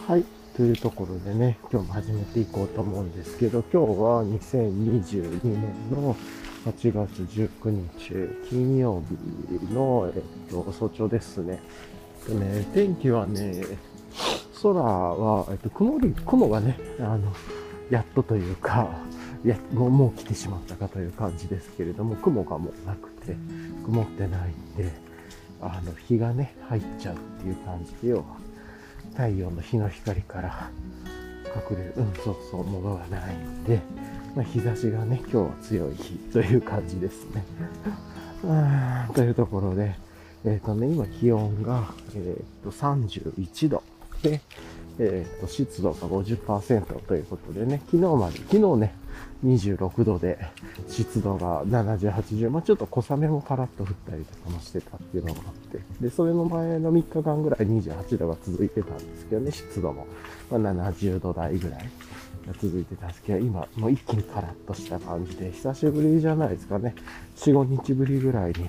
はい。というところでね、今日も始めていこうと思うんですけど、今日は2022年の8月19日金曜日の、早朝ですね。天気はね、空は、雲がね、やっとというか、もう来てしまったかという感じですけれども、雲がもうなくて、曇ってないんで、日がね、入っちゃうっていう感じで、要は、太陽の日の光から隠れる、ものがないんで、日差しがね、今日は強い日という感じですね。というところで、今気温が、31度で、湿度が 50% ということでね、昨日ね、26度で、湿度が70、80、ちょっと小雨もパラッと降ったりとかもしてたっていうのがあって、で、それの前の3日間ぐらい28度が続いてたんですけどね、湿度も、70度台ぐらいが続いてたんですけど、今、もう一気にカラッとした感じで、久しぶりじゃないですかね、4、5日ぶりぐらいに、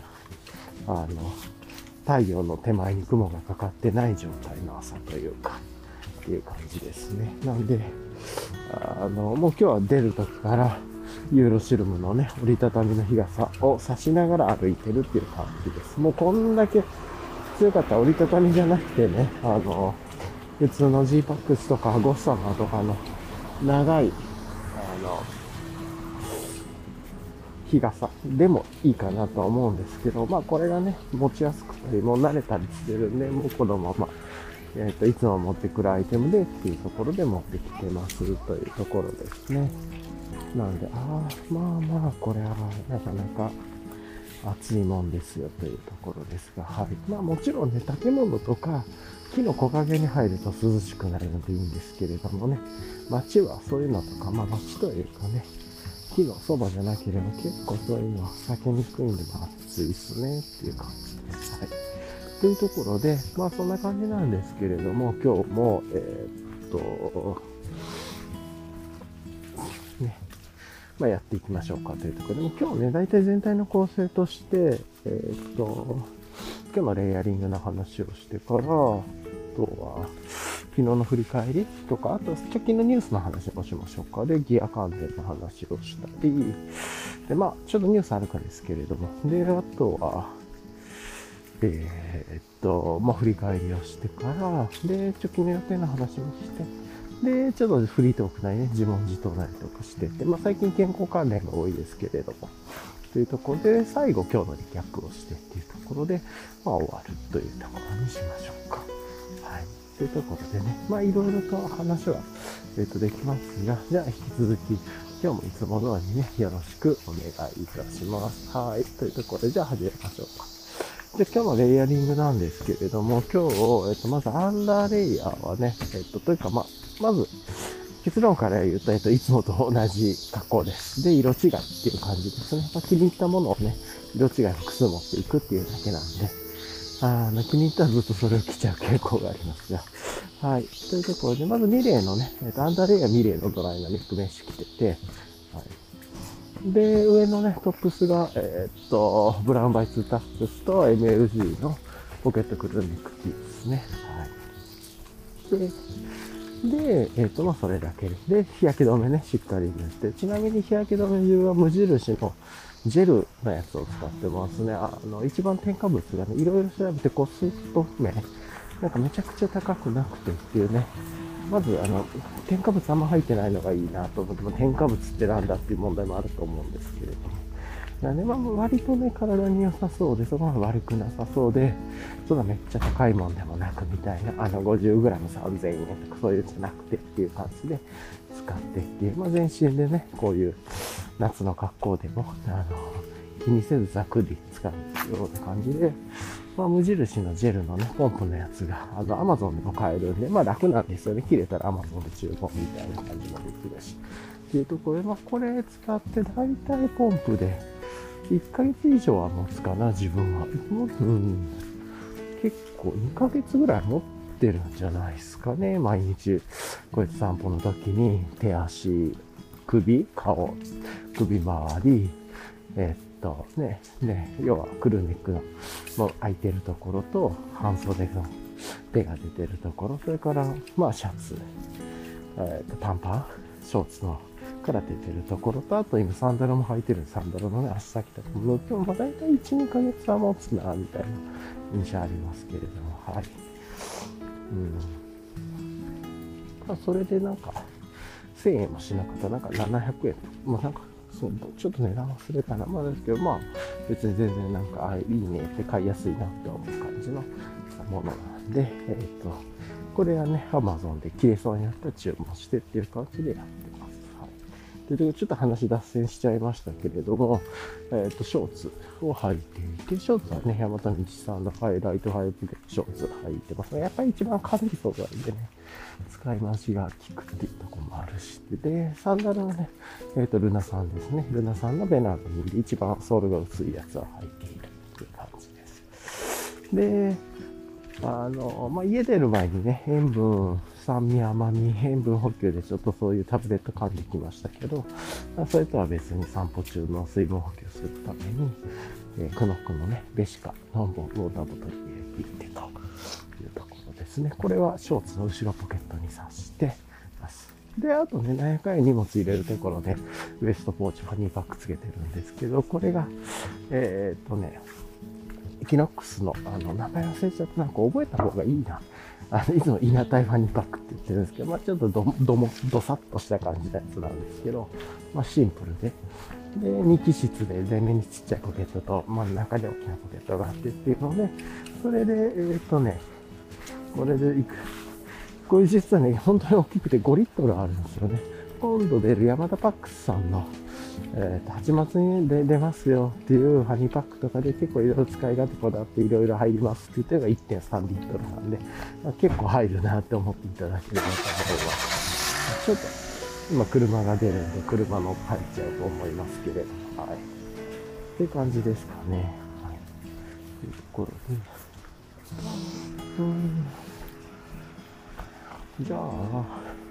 太陽の手前に雲がかかってない状態の朝というか、っていう感じですね。なんで、もう今日は出る時から、ユーロシルムのね、折りたたみの日傘を差しながら歩いてるっていう感じです。もうこんだけ強かった折りたたみじゃなくてね、普通の G-PAX とかゴッサマーとかの長い、日傘でもいいかなとは思うんですけど、これがね、持ちやすくて、もう慣れたりしてるんで、もうこのまま、いつも持ってくるアイテムでっていうところで持ってきてますというところですね。なんで、これはなかなか暑いもんですよというところですが、はい。もちろんね、建物とか木の木陰に入ると涼しくなるのでいいんですけれどもね、街はそういうのとか、街というかね、木のそばじゃなければ結構そういうのは避けにくいんで、暑いですねっていう感じです。はい。というところで、そんな感じなんですけれども、今日も、ね、やっていきましょうかというところでも、今日ね、大体全体の構成として、今日のレイヤリングの話をしてから、あとは、昨日の振り返りとか、あと直近のニュースの話もしましょうか。で、ギア関連の話をしたり、で、ちょっとニュースあるかですけれども、で、あとは、振り返りをしてから、で、直近の予定の話もして、で、ちょっとフリートーク内ね、自問自答なりとかしてて、最近健康関連が多いですけれども、というところで、最後今日のリキャップをしてっていうところで、終わるというところにしましょうか。はい。というところでね、いろいろと話は、できますが、じゃあ引き続き、今日もいつも通りね、よろしくお願いいたします。はい。というところで、じゃあ始めましょうか。で、今日のレイヤリングなんですけれども、今日、まずアンダーレイヤーはね、というか、まず、結論から言うと、いつもと同じ格好です。で、色違いっていう感じですね。気に入ったものをね、色違い複数持っていくっていうだけなんで、気に入ったらずっとそれを着ちゃう傾向がありますが。はい。というところで、まずミレーのね、アンダーレイヤーミレーのドライナミックメッシュ着てて、はい。で、上のね、トップスが、ブラウンバイツータックスと MLG のポケットクルーネックティーですね。はい。で、それだけで、日焼け止めね、しっかり塗って、ちなみに日焼け止め中は無印のジェルのやつを使ってますね。一番添加物がね、いろいろ調べてコスト面、なんかめちゃくちゃ高くなくてっていうね、まず、添加物あんま入ってないのがいいなと思っても、添加物ってなんだっていう問題もあると思うんですけれども。なんで、割とね、体に良さそうで、そこまで悪くなさそうで、そんなめっちゃ高いもんでもなくみたいな、50g3000 円とかそういうじゃなくてっていう感じで使ってっていう、全身でね、こういう夏の格好でも、気にせずざくり使うような感じで、無印のジェルのね、ポンプのやつが、Amazon でも買えるんで、楽なんですよね。切れたら Amazon で注文みたいな感じもできるし。っていうところで、これ使って大体ポンプで、1ヶ月以上は持つかな、自分は。結構2ヶ月ぐらい持ってるんじゃないですかね。毎日、こうやって散歩の時に、手足、首、顔、首周り、要はクルーネックの、もう空いてるところと、半袖の手が出てるところ、それから、まあシャツ、短パン、ショーツのから出てるところと、あと今サンダルも履いてるサンダルのね、足先とかも、でもまあ大体1、2ヶ月は持つな、みたいな印象ありますけれども、はい。まあ、それでなんか、1000円もしなかったら、なんか700円と、まあなんか、そうちょっと値段忘れたな、まあですけど、まあ別に全然なんか、いいねって買いやすいなって思う感じのものなんで、これはね、Amazon で切れそうになったら注文してっていう感じでやってます。はい。ということで、ちょっと話脱線しちゃいましたけれども、ショーツを履いていて、ショーツはね、山田道さんのハイライト5でショーツ履いてます。やっぱり一番軽い素材でね、使い回しが効くっていうところもあるし、で、サンダルはね、ルナさんですね。ルナさんのベナードにで一番ソールが薄いやつを履いているっていう感じです。で、まあ、家出る前にね、塩分、酸味、甘み、塩分補給でちょっとそういうタブレット噛んできましたけど、それとは別に散歩中の水分補給するために、クノックのね、ベシカのウォーターボトルに入れていってというところですね。これはショーツの後ろポケットに挿してます。で、あとね、何やかんや荷物入れるところで、ウエストポーチは2パックつけてるんですけど、これが、エキノックスの、名前忘れちゃって、なんか覚えた方がいいな。いつもイナタイファニーパックって言ってるんですけど、まあちょっとどさっとした感じのやつなんですけど、まあシンプルで、で、2気質で前面にちっちゃいポケットと真ん中に大きなポケットがあってっていうので、それで、これでいく。これ実はね、本当に大きくて5リットルあるんですよね。今度出るヤマダパックスさんの、8月に出ますよっていうハニーパックとかで結構いろいろ使い勝手こだわっていろいろ入りますって言ってるのが 1.3 リットルなんで、まあ、結構入るなって思っていただければと思います。ちょっと今車が出るんで車の入っちゃうと思いますけれども、はい。っていう感じですかね。はい。というところで。じゃあ、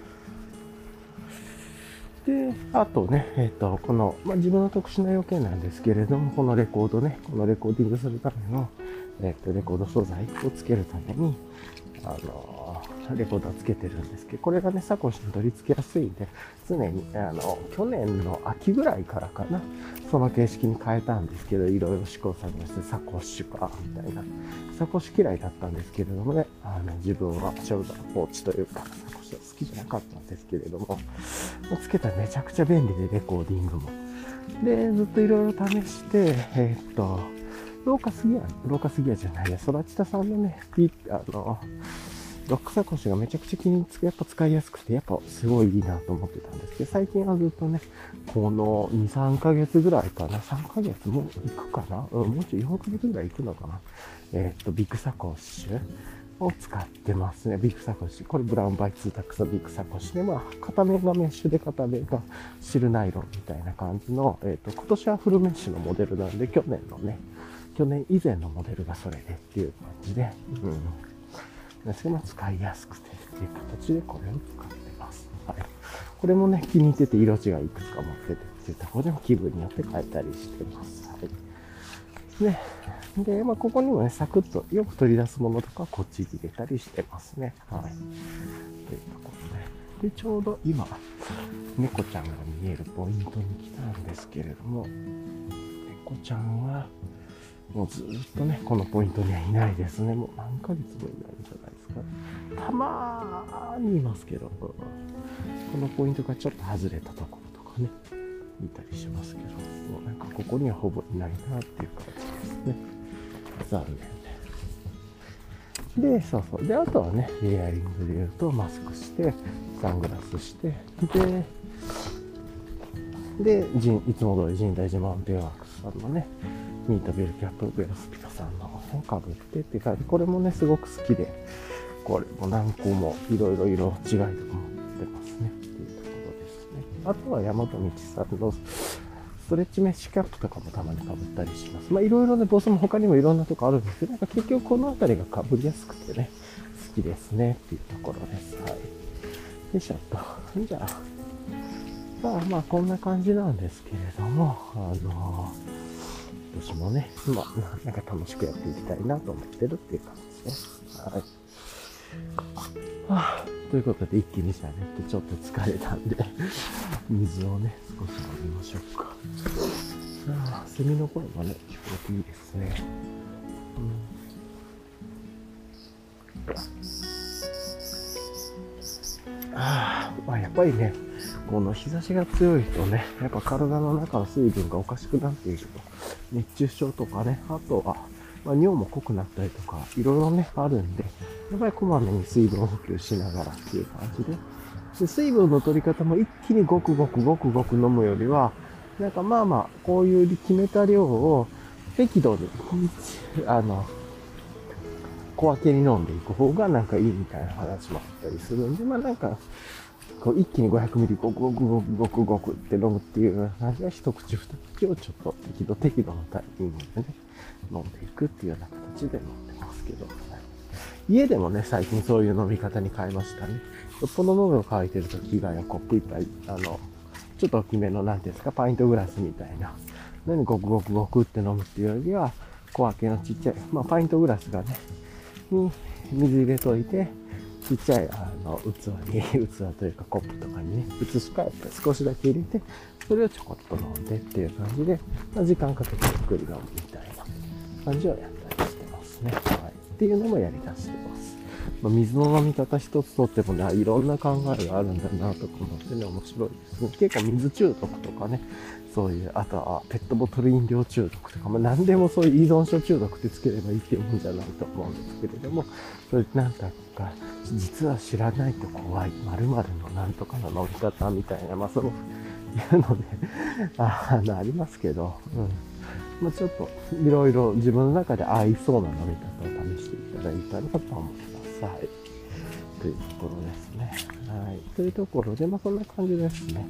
で、あとね、この、まあ、自分の特殊な要件なんですけれども、このレコードね、このレコーディングするための、レコード素材をつけるために、レコーダーつけてるんですけど、これがね、サコッシュに取り付けやすいんで、常に、去年の秋ぐらいからかな、その形式に変えたんですけど、いろいろ試行錯誤してサコッシュか、みたいな。サコッシュ嫌いだったんですけれどもね、自分はショルダーポーチというか、サコッシュは好きじゃなかったんですけれども、つけたらめちゃくちゃ便利で、レコーディングも。で、ずっといろいろ試して、ローカスギアじゃないや、ソラチタさんのね、ロックサコッシュがめちゃくちゃ気に入って、やっぱ使いやすくて、やっぱすごいいいなと思ってたんですけど、最近はずっとね、この2、3ヶ月ぐらいかな、3ヶ月も行くかな、もうちょい4ヶ月ぐらい行くのかな。ビッグサコッシュを使ってますね。ビッグサコッシュ。これブラウンバイツータックスのビッグサコッシュで、まあ、片面がメッシュで片面がシルナイロンみたいな感じの、今年はフルメッシュのモデルなんで、去年以前のモデルがそれでっていう感じで、それも使いやすくてっていう形でこれを使ってます。はい。これもね、気に入ってて色違いいくつか持っててっていうところでも気分によって変えたりしてます。はい。で、まあ、ここにもね、サクッとよく取り出すものとかこっちに入れたりしてますね。はい。というところで。で、ちょうど今、猫ちゃんが見えるポイントに来たんですけれども、猫ちゃんは、もうずっとね、このポイントにはいないですね。もう何ヶ月もいないんじゃないですか。たまーにいますけど、このポイントがちょっと外れたところとかね、いたりしますけど、もうなんかここにはほぼいないなっていう感じですね。残念で。で、そう。で、あとはね、レイヤリングで言うと、マスクして、サングラスして、で、いつも通り神代寺マウンテンワークスさんのね、ミートベルキャップベロスピカさんのをかぶってって感じ。これもね、すごく好きで、これも何個もいろいろ違いとか持ってますね。っていうところですね。あとは山本道さんのストレッチメッシュキャップとかもたまにかぶったりします。まあいろいろね、ボスも他にもいろんなとこあるんですけど、なんか結局この辺りがかぶりやすくてね、好きですねっていうところです。はい。よいしょっと。じゃあ、まあこんな感じなんですけれども、今年もね、まあ、なんか楽しくやっていきたいなと思ってるっていう感じですね。はい。 ということで一気にじゃねってちょっと疲れたんで水をね少し飲みましょうか。セミの声がね聞こえていいですね。やっぱりね、この日差しが強いとね、やっぱ体の中の水分がおかしくなっていると、熱中症とかね、あとは、尿も濃くなったりとか、いろいろね、あるんで、やっぱりこまめに水分補給しながらっていう感じで、水分の取り方も一気にごくごく飲むよりは、なんかこういう決めた量を適度に、小分けに飲んでいく方がなんかいいみたいな話もあったりするんで、こう一気に500ミリごくごくって飲むっていう感じは一口二口をちょっと適度のタイミングでね、飲んでいくっていうような形で飲んでますけど、家でもね、最近そういう飲み方に変えましたね。よっぽど喉が渇いてる時以外はコップ一杯、ちょっと大きめの、なんていうんですか、パイントグラスみたいな、何ごくって飲むっていうよりは、小分けのちっちゃい、パイントグラスがね、に水入れといて、ちっちゃい器というかコップとかにね、移し替えて少しだけ入れて、それをちょこっと飲んでっていう感じで、時間かけてゆっくり飲むみたいな感じをやったりしてますね。っていうのもやり出してます。水の飲み方一つとってもね、いろんな考えがあるんだなとか思ってね、面白いですね。結構水中毒とかね、そういう、あとはペットボトル飲料中毒とか、何でもそういう依存症中毒ってつければいいっていうもんじゃないと思うんですけれども、それなんか、実は知らないと怖い、〇〇のなんとかの飲み方みたいな、いうので、ありますけど、ちょっといろいろ自分の中で合いそうな飲み方を試していただいたらと思います。というところですね。というところで、そんな感じですね。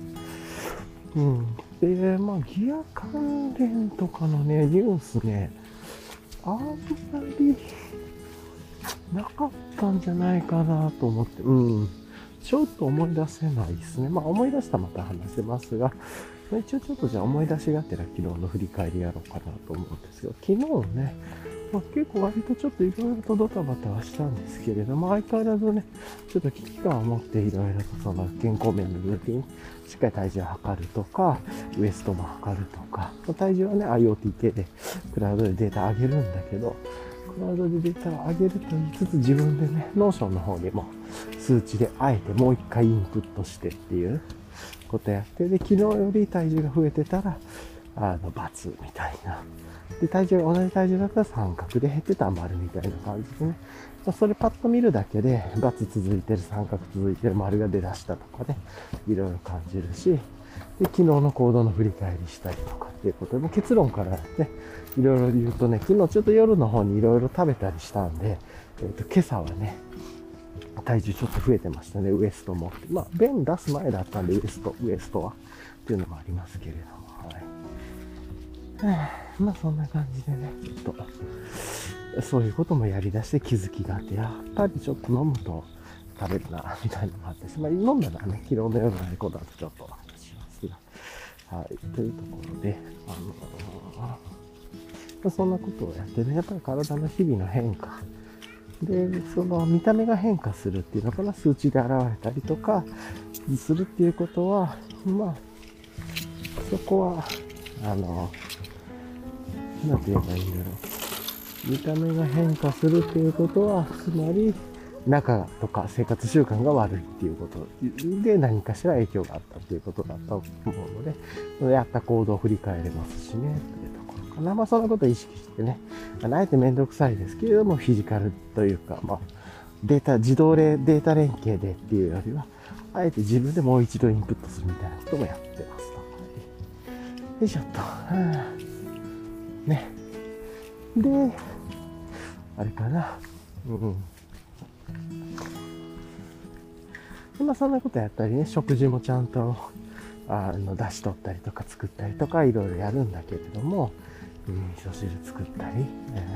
で、ギア関連とかのね、ニュースね、あんまりなかったんじゃないかなと思って、ちょっと思い出せないですね。思い出したらまた話せますが、一応ちょっとじゃあ思い出しがてら昨日の振り返りやろうかなと思うんですけど、昨日ね、結構割とちょっといろいろとドタバタはしたんですけれども、相変わらずね、ちょっと危機感を持っていろいろとその健康面のルーティン、しっかり体重を測るとか、ウエストも測るとか、体重はね、IoT 系でクラウドでデータ上げるんだけど、クラウドでデータを上げると言いつつ自分でね、ノーションの方にも数値であえてもう一回インプットしてっていうことやって、で、昨日より体重が増えてたら、×みたいな。で、同じ体重だったら三角で減ってたら丸みたいな感じでね。それパッと見るだけで、×続いてる、三角続いてる、丸が出だしたとかね、いろいろ感じるし、で、昨日の行動の振り返りしたりとかっていうことで、結論からね、いろいろ言うとね、昨日ちょっと夜の方にいろいろ食べたりしたんで、今朝はね、体重ちょっと増えてましたね、ウエストも。便出す前だったんで、ウエストは。っていうのもありますけれども、そんな感じでね、ちょっと、そういうこともやり出して気づきがあって、やっぱりちょっと飲むと食べるな、みたいなのもあって、飲んだらね、昨日の夜のことだとちょっとお話しますが、というところで、そんなことをやってね、やっぱり体の日々の変化、で、その見た目が変化するっていうのかな、数値で現れたりとかするっていうことは、そこは、なんて言えばいいんだろう。見た目が変化するっていうことは、つまり、中とか生活習慣が悪いっていうことで何かしら影響があったっていうことだと思うので、やった行動を振り返れますしね、というところかな。そんなことを意識してね、あえてめんどくさいですけれども、フィジカルというか、自動でデータ連携でっていうよりは、あえて自分でもう一度インプットするみたいなこともやってますと。よいしょっと。ね。で、あれかな。そんなことやったりね、食事もちゃんと、出し取ったりとか作ったりとか、いろいろやるんだけれども、味噌汁作ったり、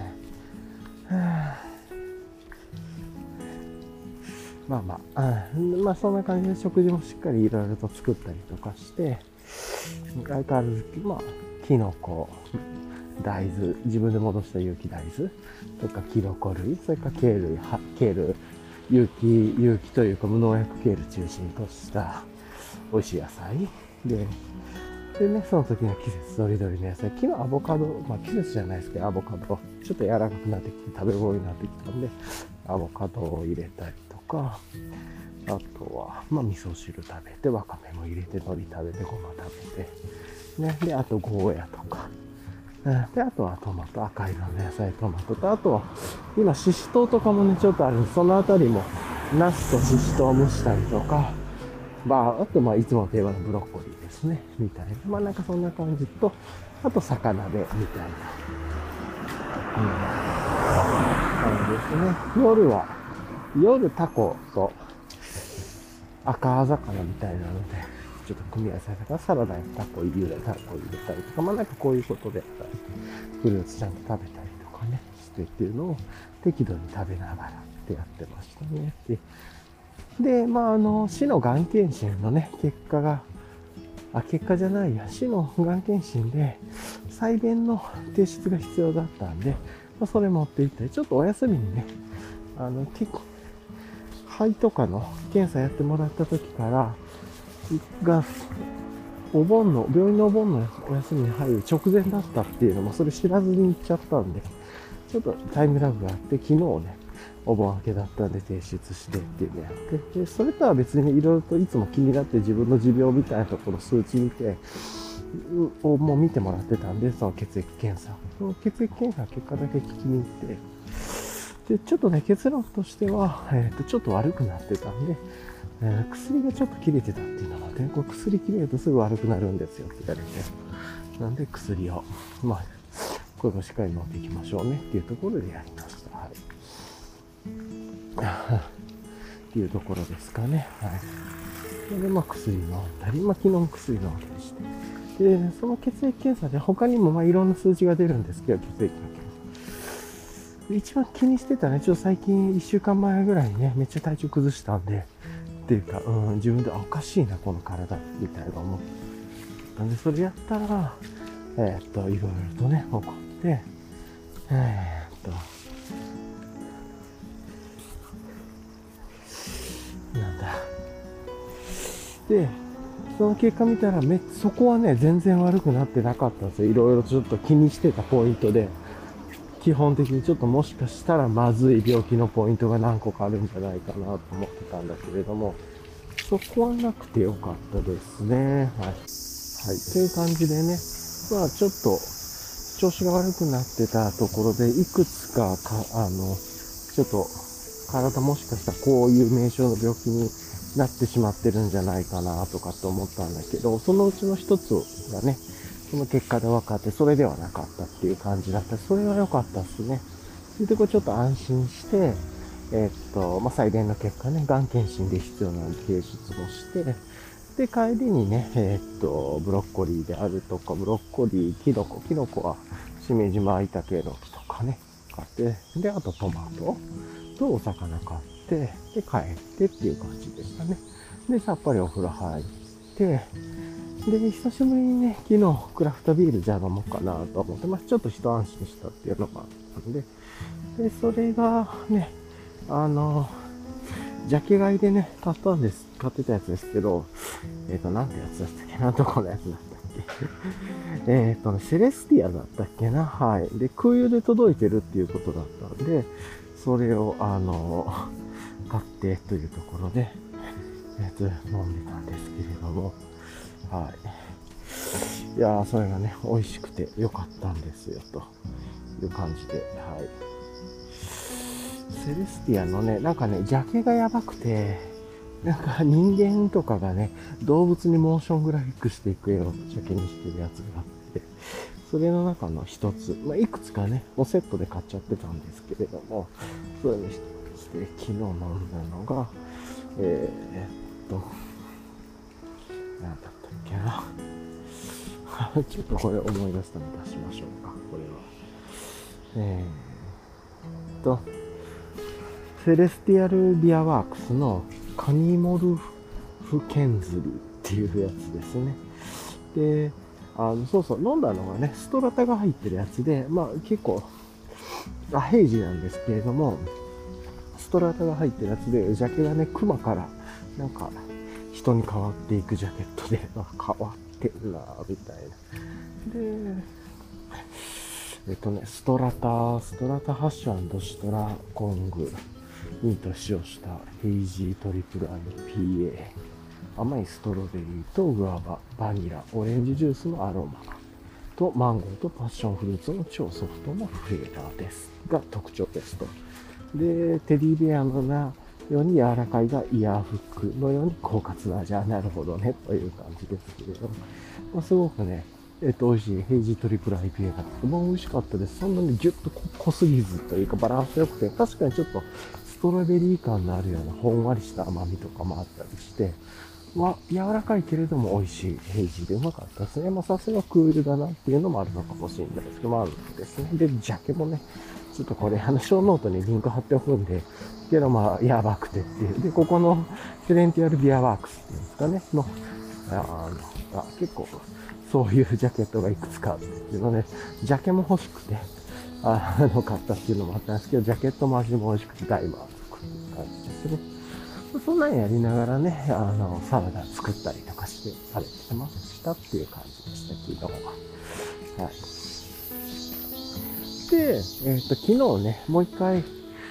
そんな感じで食事もしっかりいろいろと作ったりとかして、相変わらず、キノコ、大豆、自分で戻した有機大豆とかキノコ類、それからケール有機というか無農薬系ル中心とした美味しい野菜で、ね、その時の季節どりどりの野菜、昨日アボカド、まあ季節じゃないですけど、アボカド、ちょっと柔らかくなってきて食べ頃になってきたんで、アボカドを入れたりとか、あとは、まあ味噌汁食べて、わかめも入れて、海苔食べて、ごま食べて、ね、で、あとゴーヤとか、で、あとはトマト、赤色の野菜トマトと、あとは、今、シシトウとかもね、ちょっとあるんで、そのあたりも、ナスとシシトウを蒸したりとか、まあ、あと、まあ、いつもの定番のブロッコリーですね、みたいな。まあ、なんかそんな感じと、あと、魚で、みたいな。感じですね。夜タコと赤魚みたいなので、ちょっと組み合わせだからサラダにタコ入れたりとか、まあなんかこういうことで、フルーツちゃんと食べたりとかね、してっていうのを適度に食べながらってやってましたね。で、まあ市のがん検診のね、結果じゃないや、市のがん検診で、細便の提出が必要だったんで、まあ、それ持って行って、ちょっとお休みにね、肺とかの検査やってもらった時から、病院のお盆のお休みに入る直前だったっていうのも、それ知らずに行っちゃったんで、ちょっとタイムラグがあって、昨日ね、お盆明けだったんで提出してっていうのやって、で、それとは別にいろいろといつも気になって自分の持病みたいなところ数値見て、もう見てもらってたんで、その血液検査。その血液検査結果だけ聞きに行って、で、ちょっとね、結論としては、ちょっと悪くなってたんで、薬がちょっと切れてたっていうのがね、こう薬切れるとすぐ悪くなるんですよって言われて。なんで薬を、まあ、これもしっかり飲んでいきましょうねっていうところでやりました。はい。っていうところですかね。はい。で、まあ薬飲んだり、まあ昨日も薬飲んだりして。で、その血液検査で他にもまあいろんな数値が出るんですけど、血液の検査。一番気にしてたね、ちょっと最近1週間前ぐらいにね、めっちゃ体調崩したんで、っていうか、自分でおかしいな、この体、みたいな思って。なんで、それやったら、いろいろとね、起こって、なんだ。で、その結果見たら、そこはね、全然悪くなってなかったんですよ。いろいろちょっと気にしてたポイントで、基本的にちょっともしかしたらまずい病気のポイントが何個かあるんじゃないかなと思ってたんだけれども、そこはなくてよかったですね。はい。はい。という感じでね、まあちょっと調子が悪くなってたところで、いくつかちょっと体もしかしたらこういう名称の病気になってしまってるんじゃないかなとかって思ったんだけど、そのうちの一つがね、その結果で分かって、それではなかったっていう感じだった。それは良かったですね。で、これちょっと安心して、まあ、再現の結果ね、がん検診で必要なので提出もして、で、帰りにね、ブロッコリーであるとか、ブロッコリー、キノコは、しめじまいたけのきとかね、買って、で、あとトマトとお魚買って、で、帰ってっていう感じでしたね。で、さっぱりお風呂入って、で、久しぶりにね、昨日クラフトビールじゃあ飲もうかなと思って、まあちょっと一安心したっていうのがあったんで、で、それがね、ジャケ買いでね、買ってたやつですけど、なんてやつだったっけな、どこのやつだったっけセレスティアだったっけな、はい。で、空輸で届いてるっていうことだったんで、それを、買ってというところで、飲んでたんですけれども、はい。いやー、それがね、美味しくて良かったんですよ、という感じで、はい。セレスティアのね、なんかね、ジャケがやばくて、なんか人間とかがね、動物にモーショングラフィックしていく絵をジャケにしてるやつがあって、それの中の一つ、まあ、いくつかね、もうセットで買っちゃってたんですけれども、そういうのして、昨日飲んだのが、なんだったっけな。ちょっとこれ思い出すために出しましょうか、これは。セレスティアルビアワークスのカニモルフケンズリーっていうやつですね。で、そう、飲んだのがね、ストラタが入ってるやつで、まあ結構、アヘージなんですけれども、 ストラタが入ってるやつで、ジャケがね、クマからなんか人に変わっていくジャケットで、変わってんなみたいな。で、ストラタハッシュ&シトラコングにと使用したヘイジートリプル IPA。甘いストロベリーとグアバ、バニラ、オレンジジュースのアロマとマンゴーとパッションフルーツの超ソフトなフレーバーですが特徴ですと。で、テディベアのように柔らかいがイヤーフックのように狡猾な味。なるほどねという感じですけれども、すごくね、美味しいヘイジートリプル IPA がとても美味しかったです。そんなにギュッと濃すぎずというかバランス良くて、確かにちょっとストロベリー感のあるようなほんわりした甘みとかもあったりして、柔らかいけれども美味しいヘイジーでうまかったですね。さすがクールだなっていうのもあるのかもしれないですけど、あるんですね。で、ジャケもね、ちょっとこれ、ショーノートにリンク貼っておくんで、けどやばくてっていう。で、ここのセレンティアルビアワークスっていうんですかね、結構、そういうジャケットがいくつかあっていうので、ジャケも欲しくて、買ったっていうのもあったんですけど、ジャケットも味も美味しくて大満足っていう感じですね。そんなんやりながらね、サラダ作ったりとかして食べてましたっていう感じでした、昨日は。はい。で、昨日ね、もう一回、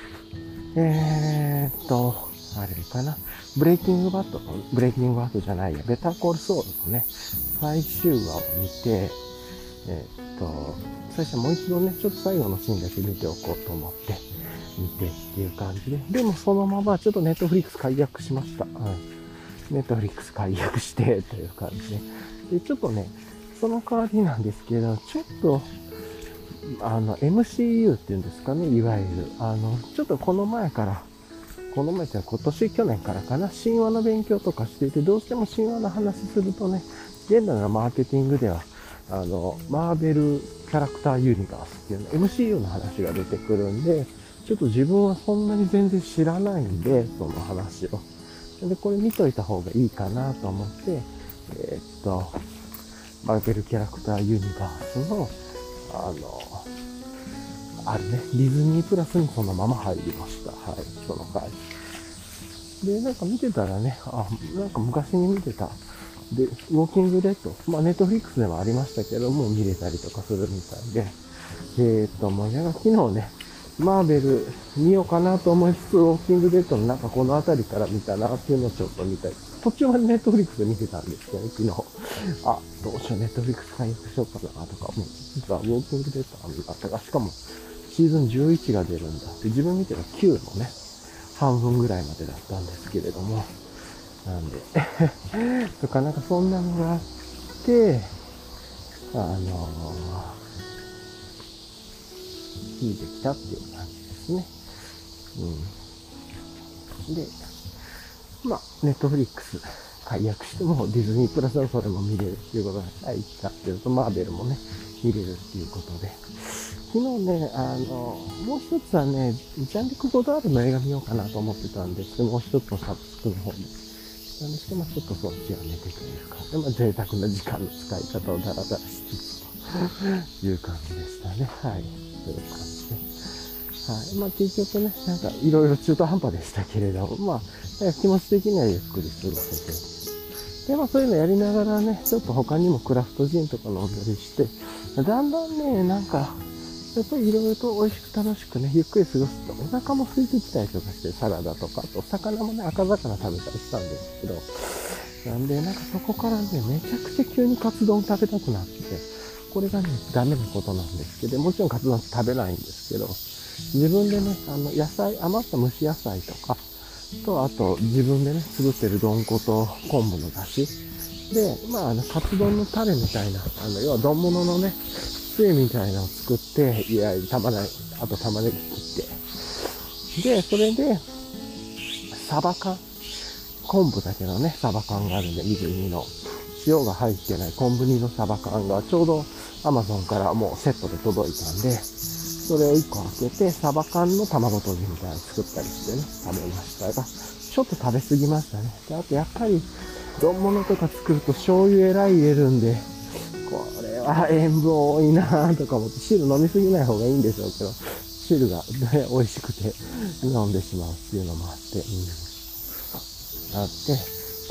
あれかな、ブレイキングバットじゃないや、ベターコールソウルのね、最終話を見て、最初もう一度ね、ちょっと最後のシーンだけ見ておこうと思って、見てっていう感じで。でもそのままちょっとネットフリックス解約しました。ネットフリックス解約してという感じで。で、ちょっとね、その代わりなんですけど、ちょっと、MCU っていうんですかね、いわゆる。ちょっとこの前って今年、去年からかな、神話の勉強とかしていて、どうしても神話の話するとね、現代のマーケティングでは、マーベルキャラクターユニバースっていうの、MCU の話が出てくるんで、ちょっと自分はそんなに全然知らないんで、その話を。で、これ見といた方がいいかなと思って、マーベルキャラクターユニバースの、あるね、ディズニープラスにそのまま入りました。はい、その回。で、なんか見てたらね、なんか昔に見てた、で、ウォーキングデッド、ネットフリックスでもありましたけども、見れたりとかするみたいで、もう昨日ね、マーベル見ようかなと思いつつ、ウォーキングデッドのなんかこの辺りから見たなっていうのをちょっと見たい。途中までネットフリックスで見てたんですけどね、昨日。どうしよう、ネットフリックス解約しようかなとか思う。実はウォーキングデッドあったが、しかもシーズン11が出るんだって、自分見てた9のね、半分ぐらいまでだったんですけれども、なんで、とかなんかそんなのがあって、聞いてきたっていう感じですね。で、ネットフリックス解約してもディズニープラスはそれも見れるっていうことが第一かっていうと、マーベルもね、見れるっていうことで。昨日ね、もう一つはね、ジャンルク・ゴダールの映画見ようかなと思ってたんですけど、もう一つのサブスクの方で。なんですけど、ちょっとそっちは寝てというか、贅沢な時間の使い方をダラダラしつつという感じでしたね。はい。という感じで。はい。結局ね、なんかいろいろ中途半端でしたけれども、気持ち的にはゆっくり過ごせて。で、そういうのやりながらね、ちょっと他にもクラフトジンとか飲んだりして、だんだんね、なんか、やっぱりいろいろと美味しく楽しくね、ゆっくり過ごすとお腹も空いてきたりとかして、サラダとか、あと魚もね、赤魚食べたりしたんですけど、なんで、なんかそこからね、めちゃくちゃ急にカツ丼食べたくなって、これがね、ダメなことなんですけど、もちろんカツ丼食べないんですけど、自分でね、野菜、余った蒸し野菜とか、あと、自分でね、作ってる丼粉と昆布の出汁で、カツ丼のタレみたいな、要は丼物のね、つゆみたいなのを作って、あと玉ねぎ切って、で、それで、サバ缶、昆布だけのね、サバ缶があるんで、水煮の、塩が入ってない昆布煮のサバ缶がちょうど Amazon からもうセットで届いたんで、それを1個開けて、サバ缶の卵とじみたいなの作ったりしてね、食べましたが、ちょっと食べ過ぎましたね。で、あとやっぱり、丼物とか作ると醤油えらい入れるんで、これは塩分多いなぁとか思って、汁飲みすぎない方がいいんでしょうけど、 汁が、ね、美味しくて飲んでしまうっていうのもあって、あって、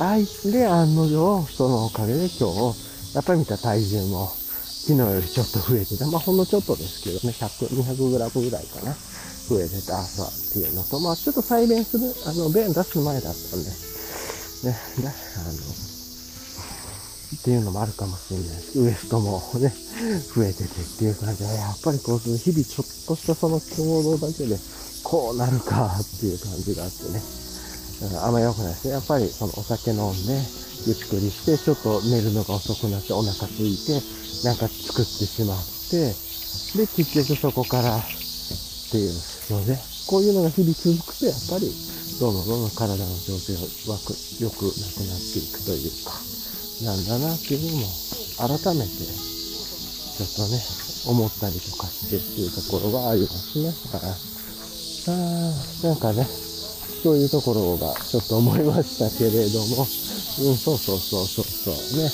あいつで案の定、そのおかげで今日、やっぱり見た体重も昨日よりちょっと増えてた。まあほんのちょっとですけどね、100、200グラムぐらいかな。増えてた朝っていうのと、まあちょっと再便する、便出す前だったんで、ね、っていうのもあるかもしれないです。ウエストもね、増えててっていう感じで、やっぱりこう、日々ちょっとしたその行動だけで、こうなるかっていう感じがあってね。あんま良くないですね。やっぱりそのお酒飲んで、ゆっくりして、ちょっと寝るのが遅くなってお腹空いて、なんか作ってしまって、で、結局そこからっていうので、こういうのが日々続くと、やっぱり、どんどん体の状態が良くなくなっていくというか、なんだなっていうのも、改めて、ちょっとね、思ったりとかしてっていうところがありますね。なんかね、そういうところがちょっと思いましたけれども、そうね。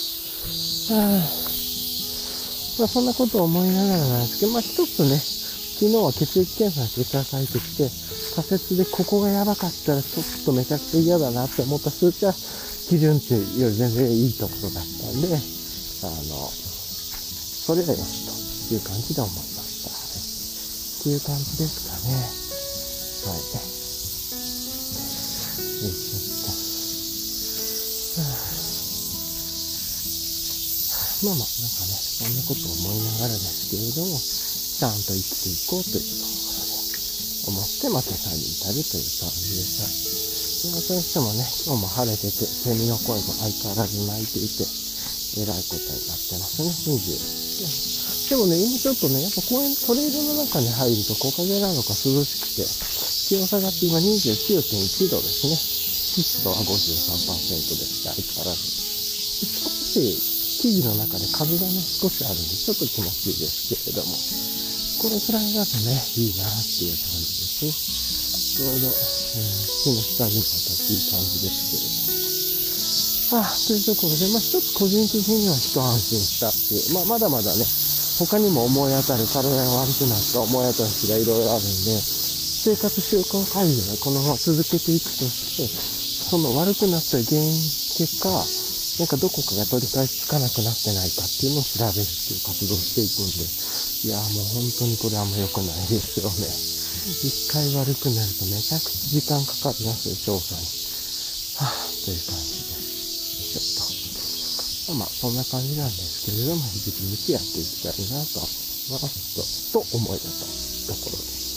まあそんなことを思いながらなんですけど、まあ一つね、昨日は血液検査の結果が返ってきて、仮説でここがやばかったらちょっとめちゃくちゃ嫌だなって思った数値は、基準値より全然いいところだったんで、それはよしという感じで思いました。っていう感じですかね。はい。まあなんかね、そんなことを思いながらですけれども、ちゃんと生きていこうというところで、思ってまた今に至るという感じでした。それにしてもね、今日も晴れてて、セミの声も相変わらず鳴いていて、えらいことになってますね、20。でもね、今ちょっとね、やっぱ公園、トレイルの中に入ると木陰なのか涼しくて、気温下がって今 29.1 度ですね。湿度は 53% ですね、相変わらず。少し、木々の中で風がね、少しあるんで、ちょっと気持ちいいですけれども、これくらいだとね、いいなっていう感じですね。ちょうど、木の下にも当たっていい感じですけれども。というところで、まあ一つ個人的には一安心したっていう、まあまだまだね、他にも思い当たる、体が悪くなった思い当たる日がいろいろあるんで、生活習慣改善はこのまま続けていくとして、その悪くなった原因、結果、なんかどこかが取り返しつかなくなってないかっていうのを調べるっていう活動をしていくんで、いやもう本当にこれあんま良くないですよね。一回悪くなるとめちゃくちゃ時間かかりますよ、調査に。という感じです。ちょっと。まあそんな感じなんですけれども、引き続きやっていきたいなと思いますと思い出たところでした。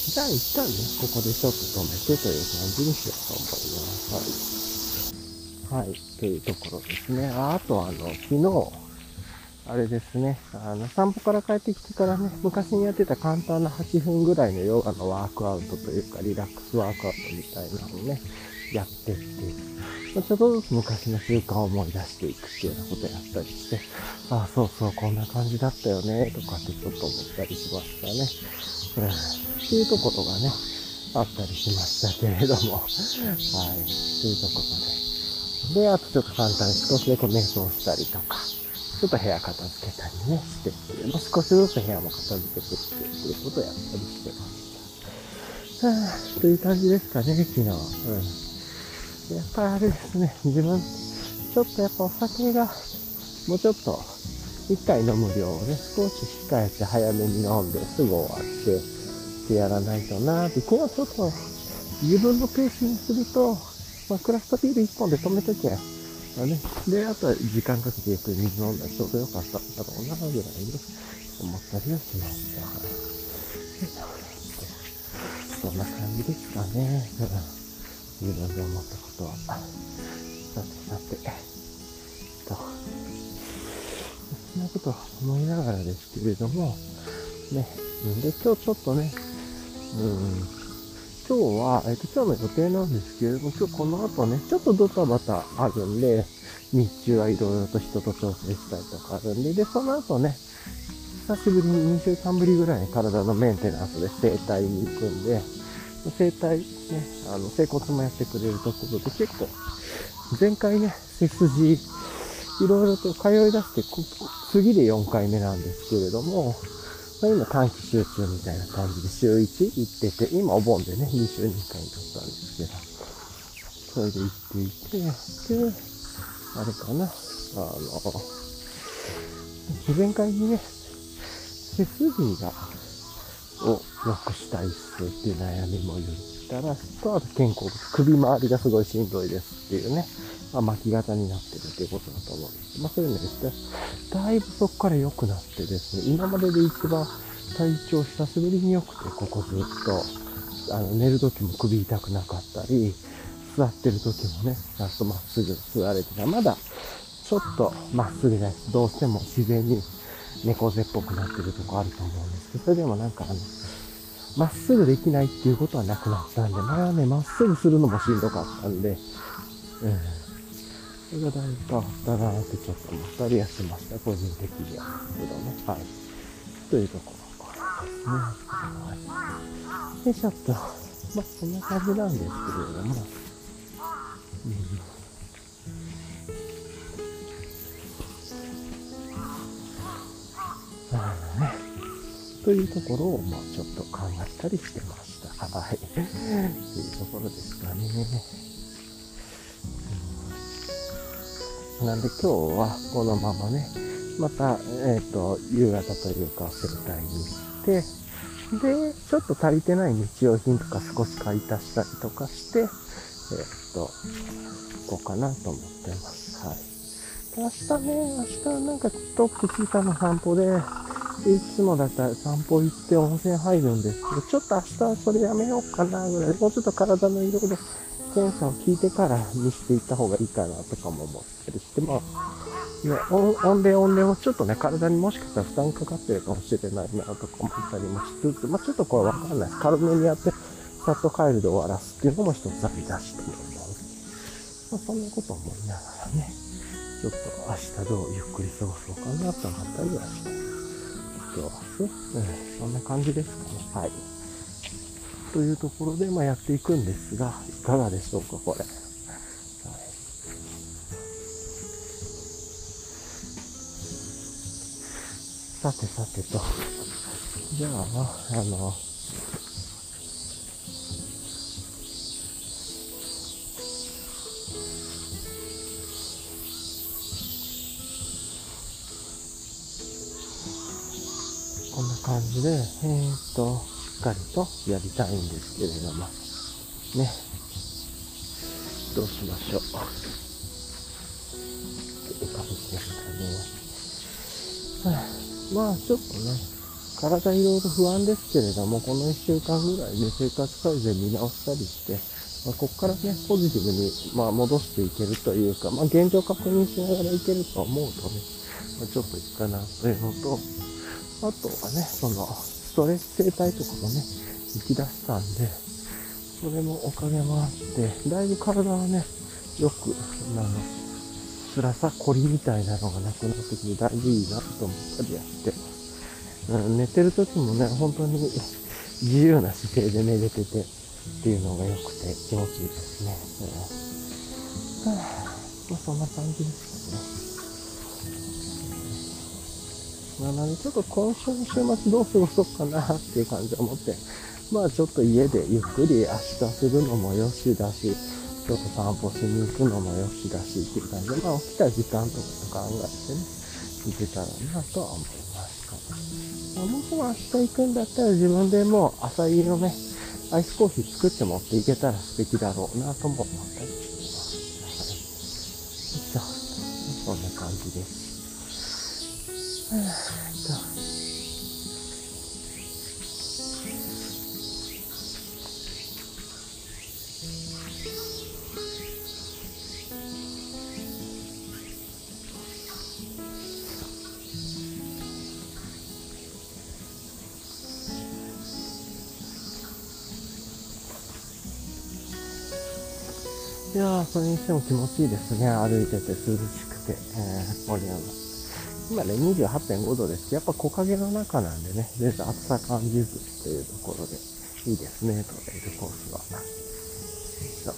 じゃあ一旦ね、ここでちょっと止めてという感じにしようと思います。はい、というところですね。あと昨日、あれですね、散歩から帰ってきてからね、昔にやってた簡単な8分ぐらいのヨガのワークアウトというか、リラックスワークアウトみたいなのをね、やってって、ちょっとずつ昔の習慣を思い出していくっていうようなことをやったりして、そう、こんな感じだったよね、とかってちょっと思ったりしましたね。っていうところがね、あったりしましたけれども、はい、というところで。で、あとちょっと簡単に少しでこう瞑想したりとか、ちょっと部屋片付けたりね、してっていう、少しずつ部屋も片付けていってっていうことをやったりしてました。という感じですかね、昨日。やっぱりあれですね、自分、ちょっとやっぱお酒が、もうちょっと、一回飲む量をね、少し控えて早めに飲んですぐ終わってやらないとなーって、昨日ちょっと自分のペースにすると、クラフトビール1本で止めときゃ、ね。で、あとは時間かけてゆっくり水飲んだらちょうどよかったんだろうな、ぐらいに思ったりはしました。そんな感じですかね。自分で思ったことは。さて。そんなことを思いながらですけれども、ね。で、今日ちょっとね、今日は、今日の予定なんですけれども、今日この後ね、ちょっとドタバタあるんで、日中はいろいろと人と調整したりとかあるんで、その後ね、久しぶりに2週間ぶりぐらいに体のメンテナンスで整体に行くんで、整体ね、整骨もやってくれるところで結構、前回ね、背筋、いろいろと通い出して、次で4回目なんですけれども、 まあ、今短期集中みたいな感じで週1行ってて、今お盆でね、2週2回に撮ったんですけど、それで行っていて、で、あれかな、自然界にね、背筋を良くしたいっすっていう悩みも言ったら、あと肩甲骨、首周りがすごいしんどいですっていうね、まあ、巻き型になってるっていうことだと思うんですけど、まあそういうのですね、だいぶそこから良くなってですね、今までで一番体調久しぶりに良くて、ここずっと、寝る時も首痛くなかったり、座ってる時もね、ちゃんとまっすぐ座れてた。まだ、ちょっとまっすぐじゃないです。どうしても自然に猫背っぽくなってるとこあると思うんですけど、それでもなんかまっすぐできないっていうことはなくなったんで、前はね、まっすぐするのもしんどかったんで、それがだいぶ変わったなーってちょっと思ったりはしました。個人的には。けどね。はい。というところですね。はい。で、ちょっと、まあ、そんな感じなんですけれども、というところを、まあ、ちょっと考えたりしてました。はい。というところですかね。なんで今日はこのままね、また、夕方というか、整体に行って、で、ちょっと足りてない日用品とか少し買い足したりとかして、行こうかなと思ってます。はい。明日なんかちょっと小さな散歩で、いつもだったら散歩行って温泉入るんですけど、ちょっと明日はそれやめようかなぐらい、もうちょっと体の色々検査を聞いてからにしていった方がいいかなとかも思ったりして、まあ、ね、音量をちょっとね、体にもしかしたら負担かかってるかもしれないなとか思ったりもしつつ、まあちょっとこれわかんないです。軽めにやって、さっと帰るで終わらすっていうのも一つありだしと思うので、まあそんなこと思いながらね、ちょっと明日どうゆっくり過ごそうかなと思ったりはしてます。今日はそんな感じですかね。はい。というところで、まあやっていくんですが、いかがでしょうか、これ。はい、さてと。じゃあ、こんな感じで、しっかりとやりたいんですけれども、ね、どうしましょう。っていう感じですかね。まあ、ちょっとね、体いろいろ不安ですけれども、この1週間ぐらいで生活改善見直したりして、まあ、ここからね、ポジティブに、まあ、戻していけるというか、まあ、現状確認しながらいけると思うとね、まあ、ちょっといいかなというのと、あとはね、ストレス整体とかもね、行き出したんで、それもおかげもあって、だいぶ体はね、よく、辛さ、凝りみたいなのがなくなってきて、だいぶいいなと思ったりはしてます。寝てる時もね、本当に自由な姿勢で寝れててっていうのが良くて気持ちいいですね。まあそんな感じですかね。なのでちょっと今週の週末どう過ごそうかなっていう感じを思って、まあちょっと家でゆっくり明日するのもよしだし、ちょっと散歩しに行くのもよしだしっていう感じで、まあ起きた時間とか考えてね、行けたらなとは思いますかね。僕も明日行くんだったら自分でもう朝入りのね、アイスコーヒー作って持っていけたら素敵だろうなとも思ったりしてます。そんな感じです。いやー、それにしても気持ちいいですね。歩いてて涼しくて、森山。今ね、28.5 度です。やっぱ木陰の中なんでね、全然暑さ感じずというところで、いいですね、トレイルコースは。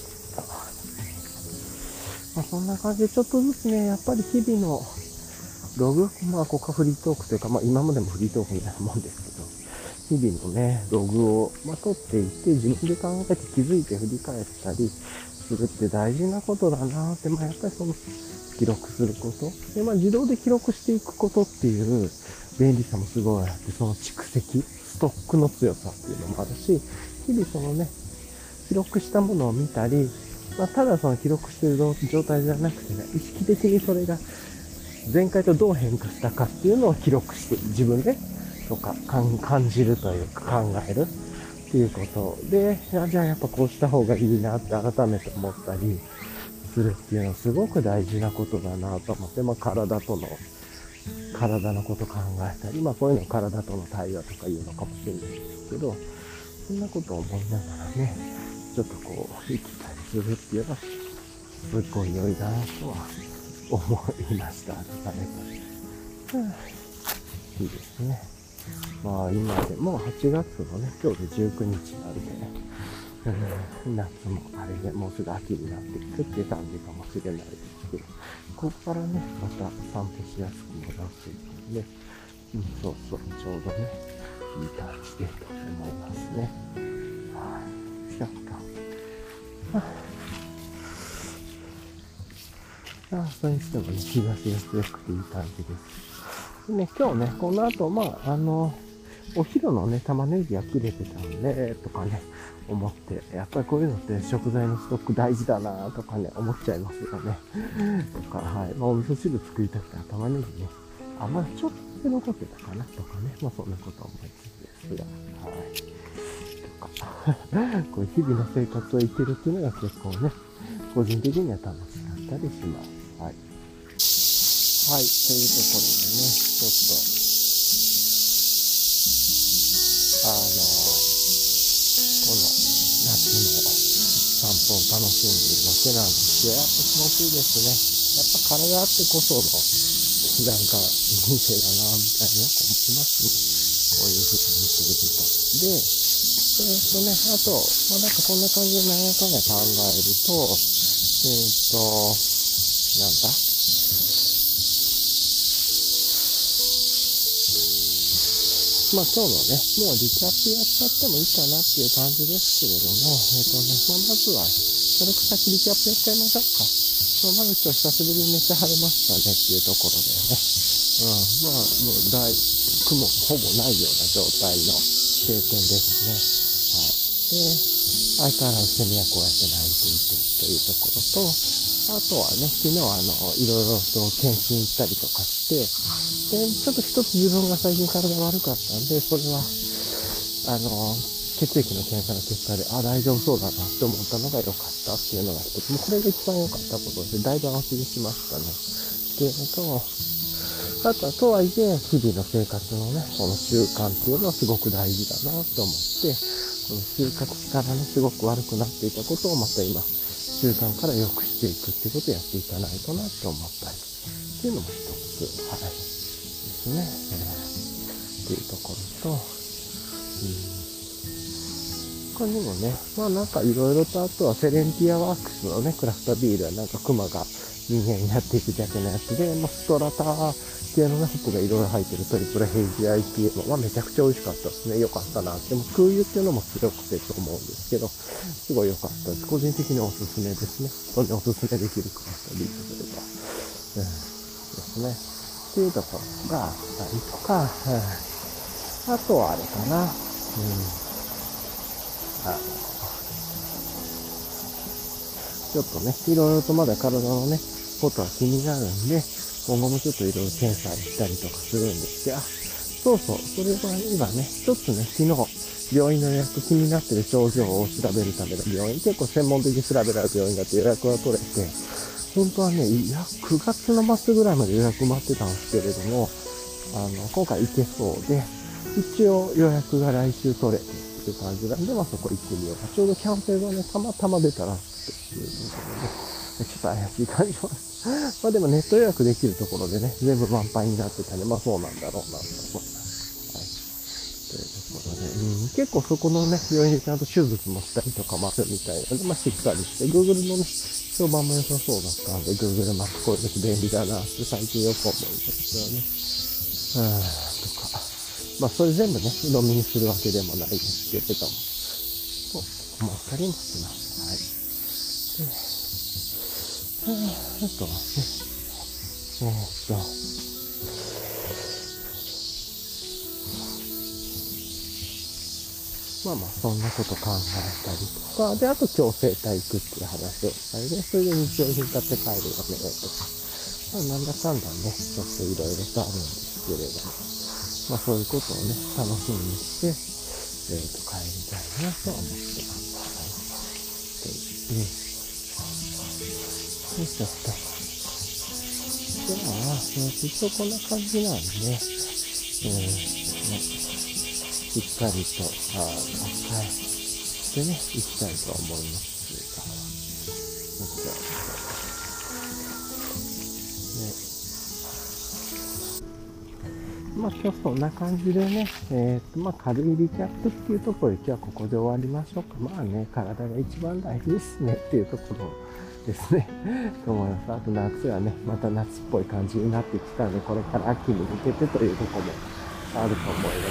まあ、そんな感じで、ちょっとずつね、やっぱり日々のログ、まあ、ここはフリートークというか、まあ、今までもフリートークみたいなもんですけど、日々のね、ログを、まあ、取っていって、自分で考えて気づいて振り返ったりするって大事なことだなって、まあ、やっぱりその、記録すること。で、まあ、自動で記録していくことっていう便利さもすごいあって、その蓄積、ストックの強さっていうのもあるし、日々そのね、記録したものを見たり、まあ、ただその記録している状態じゃなくてね、意識的にそれが前回とどう変化したかっていうのを記録して自分でとか感じるというか考えるっていうことで、じゃあやっぱこうした方がいいなって改めて思ったりするっていうのはすごく大事なことだなと思って、まあ体のこと考えたり、まあこういうの体との対話とかいうのかもしれないですけど、そんなことを思いながらね、ちょっとこう生きたりするっていうのはすっごい良いなとは思いました。改めて。いいですね。まあ今でも8月のね、今日で19日なんでね、夏もあれでもうすぐ秋になっていくっていう感じかもしれないですけど、ここからね、また散歩しやすく戻っていくので、そうそう、ちょうどね、いい感じでと思いますね。はい、しかった。それにしてもね、日差しが強くていい感じです。でね、今日ね、この後、まあ、お昼のね、玉ねぎが切れてたんで、とかね、思って、やっぱりこういうのって食材のストック大事だなとかね、思っちゃいますよね。とか、はい。まあ、お味噌汁作りたくて玉ねぎね、まだちょっと残ってたかなとかね、まあそんなこと思いつつですが、はい。とか、こういう日々の生活を生きるっていうのが結構ね、個人的には楽しかったりします。はい。はい、というところでね、ちょっと、この夏の散歩を楽しんでいるわけなんですよ。やっぱ気持ちいいですね。やっぱ体あってこその、なんか人生だな、みたいな思いますね。こういう風に見ていると。で、あと、まあなんかこんな感じで何やかんや考えると、なんだまあ今日のね、もうリキャップやっちゃってもいいかなっていう感じですけれども、まずは、軽く先リキャップやっちゃいましょうか。まず今日久しぶりにめっちゃ晴れましたねっていうところでね。まあ、もう雲ほぼないような状態の晴天ですね。はい。で、相変わらずセミはこうやって鳴いていてというところと、あとはね、昨日いろいろと検診行ったりとかして、で、ちょっと一つ自分が最近体悪かったんで、それは、血液の検査の結果で、大丈夫そうだなって思ったのが良かったっていうのが一つ。もうこれが一番良かったことで、だいぶ安心しましたね。っていうのと、あとはとはいえ、日々の生活のね、この習慣っていうのはすごく大事だなと思って、この就活からね、すごく悪くなっていたことをまた今、習慣から良くしていくっていうことをやっていかないとなって思ったり、っていうのも一つ、はい。ですね。っていうところと、他にもね、まあなんかいろいろと、あとはセレンティアワークスのね、クラフトビールはなんかクマが人間になっていくだけのやつで、まあストラタ系のね、ホップがいろいろ入ってるトリプルヘイジ IPA も、まあめちゃくちゃ美味しかったですね。良かったな。でも空輸っていうのも強くてと思うんですけど、すごい良かったです。個人的におすすめですね。本当におすすめできるクラフトビールというか、ですね。っていうところがあったりとか、あとはあれかな。ちょっとね、いろいろとまだ体のね、ことは気になるんで、今後もちょっといろいろ検査したりとかするんですけど、そうそう、それは今ね、一つね、昨日、病院の予約気になってる症状を調べるための病院、結構専門的に調べられる病院だって予約が取れて、本当はね、9月の末ぐらいまで予約待ってたんですけれども、今回行けそうで、一応予約が来週取れてっていう感じなんで、まあそこ行ってみようか。ちょうどキャンセルがね、たまたま出たらっていうところで、ちょっと怪しい感じます。まあでもネット予約できるところでね、全部満杯になってたんで、まあそうなんだろうなと思います。 ところで、結構そこのね、病院でちゃんと手術もしたりとかもあるみたいなので、しっかりして、Google のね、評判も良さそうだったんで、Google マップこういう時便利だなって最近よく思うんですよね。とか。それ全部ね、鵜呑みにするわけでもないですけれども、と思ったりもします。はい。あとはね、そんなこと考えたりとか、で、あと強制体育っていう話をしたりね、それで日用品買って帰るよね、とか。なんだかんだね、ちょっといろいろとあるんですけれども、そういうことをね、楽しみにして、帰りたいなとは思ってます。はい。よいしょっと。じゃあ、一応こんな感じなんで、しっかりと、はい。でね、行きたいと思いますが、今日そんな感じでね、軽いリキャップっていうところで今日はここで終わりましょうか。体が一番大事ですねっていうところですね。と思います。あと夏はね、また夏っぽい感じになってきたので、これから秋に向けてというところもあると思います。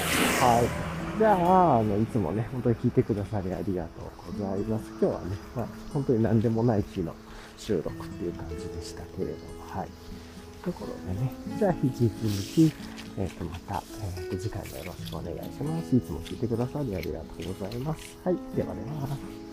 はい。じゃあ、いつもね、本当に聞いてくださりありがとうございます。今日はね、本当に何でもない日の収録っていう感じでしたけれども、はい。ところでね、じゃあ引き続き、また、次回もよろしくお願いします。いつも聞いてくださりありがとうございます。はい。ではでは。